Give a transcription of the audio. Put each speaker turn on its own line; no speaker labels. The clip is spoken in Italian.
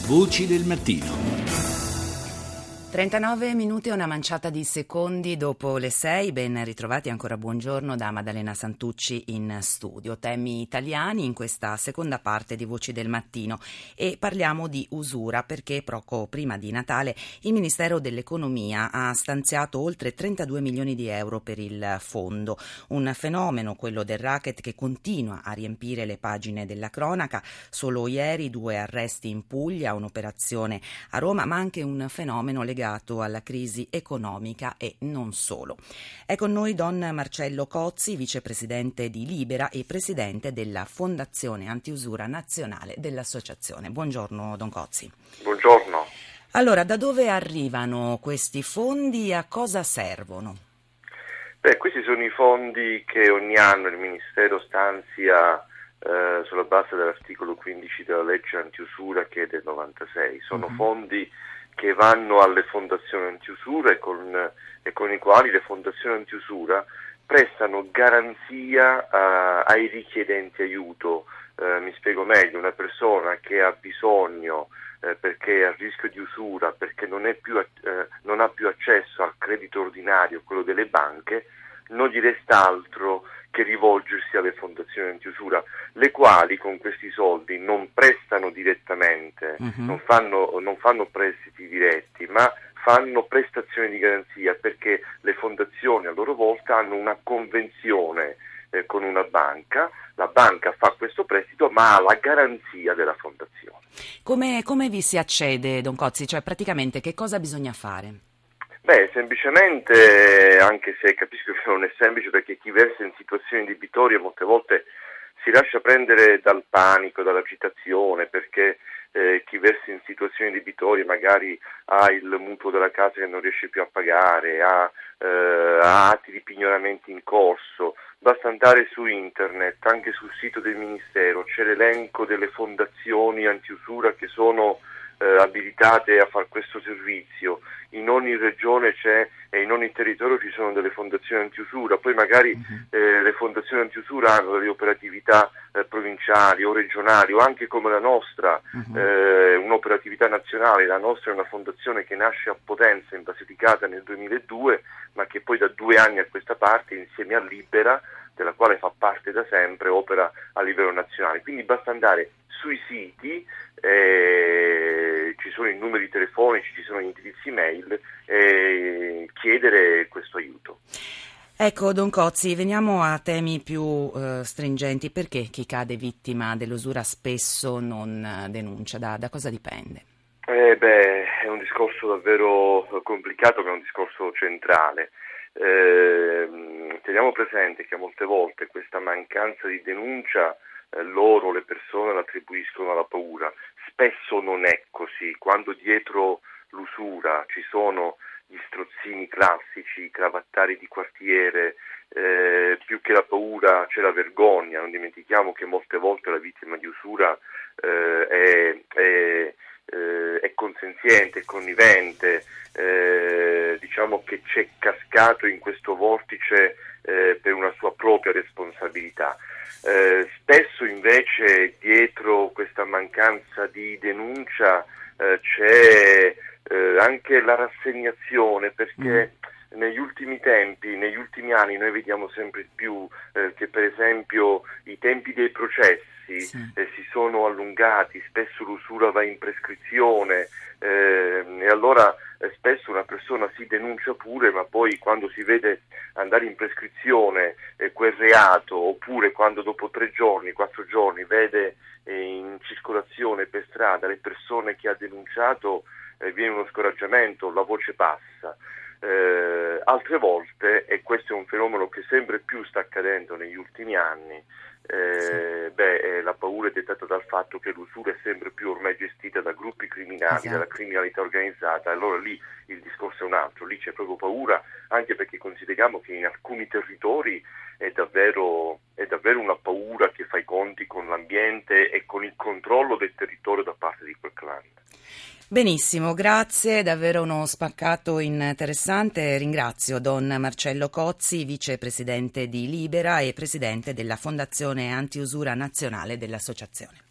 Voci del mattino.
39 minuti e una manciata di secondi dopo le 6, ben ritrovati ancora buongiorno da Maddalena Santucci in studio. Temi italiani in questa seconda parte di Voci del Mattino e parliamo di usura perché poco prima di Natale il Ministero dell'Economia ha stanziato oltre 32 milioni di euro per il fondo, un fenomeno, quello del racket, che continua a riempire le pagine della cronaca. Solo ieri 2 arresti in Puglia, un'operazione a Roma, ma anche un fenomeno legato alla crisi economica e non solo. È con noi Don Marcello Cozzi, vicepresidente di Libera e presidente della Fondazione Antiusura Nazionale dell'Associazione. Buongiorno Don Cozzi.
Buongiorno.
Allora, da dove arrivano questi fondi e a cosa servono?
Questi sono i fondi che ogni anno il Ministero stanzia sulla base dell'articolo 15 della legge antiusura, che è del 96. Sono fondi che vanno alle fondazioni antiusura e con i quali le fondazioni antiusura prestano garanzia ai richiedenti aiuto. Mi spiego meglio: una persona che ha bisogno perché è a rischio di usura, perché non ha più accesso al credito ordinario, quello delle banche, non gli resta altro che rivolgersi alle fondazioni antiusura, le quali con questi soldi non prestano direttamente, non fanno prestiti diretti, ma fanno prestazioni di garanzia, perché le fondazioni a loro volta hanno una convenzione con una banca. La banca fa questo prestito ma ha la garanzia della fondazione.
Come vi si accede, Don Cozzi? Cioè, praticamente che cosa bisogna fare?
Semplicemente, anche se capisco che non è semplice, perché chi versa in situazioni debitorie molte volte si lascia prendere dal panico, dall'agitazione, perché chi versa in situazioni debitorie magari ha il mutuo della casa che non riesce più a pagare, ha atti di pignoramenti in corso. Basta andare su internet, anche sul sito del Ministero c'è l'elenco delle fondazioni antiusura che sono abilitate a fare questo servizio. In ogni regione c'è e in ogni territorio ci sono delle fondazioni antiusura. Poi magari le fondazioni antiusura hanno delle operatività provinciali o regionali, o anche come la nostra, un'operatività nazionale. La nostra è una fondazione che nasce a Potenza, in Basilicata, nel 2002, ma che poi da 2 anni a questa parte, insieme a Libera, della quale fa parte da sempre, opera a livello nazionale. Quindi basta andare sui siti, ci sono i numeri telefonici, ci sono gli indirizzi mail, e chiedere questo aiuto.
Ecco, Don Cozzi, veniamo a temi più stringenti. Perché chi cade vittima dell'usura spesso non denuncia? Da cosa dipende?
È un discorso davvero complicato, ma è un discorso centrale. Teniamo presente che molte volte questa mancanza di denuncia le persone l'attribuiscono alla paura. Spesso non è così. Quando dietro l'usura ci sono gli strozzini classici, i cravattari di quartiere, più che la paura c'è la vergogna. Non dimentichiamo che molte volte la vittima di usura è consenziente, è connivente, diciamo che c'è cascato in questo vortice per una sua propria responsabilità. Spesso invece dietro questa mancanza di denuncia c'è anche la rassegnazione, perché negli ultimi anni noi vediamo sempre più che per esempio i tempi dei processi si sono allungati, spesso l'usura va in prescrizione, e allora spesso una persona si denuncia pure, ma poi quando si vede andare in prescrizione quel reato, oppure quando dopo 3 giorni, 4 giorni vede in circolazione per strada le persone che ha denunciato, viene uno scoraggiamento, la voce passa. Altre volte, e questo è un fenomeno che sempre più sta accadendo negli ultimi anni, la paura è dettata dal fatto che l'usura è sempre più ormai gestita da gruppi criminali, dalla criminalità organizzata. Allora lì il discorso è un altro, lì c'è proprio paura, anche perché consideriamo che in alcuni territori è davvero una paura che fa i conti con l'ambiente e con il controllo del territorio da parte di quel clan.
Benissimo, grazie, davvero uno spaccato interessante. Ringrazio Don Marcello Cozzi, vicepresidente di Libera e presidente della Fondazione Antiusura Nazionale dell'Associazione.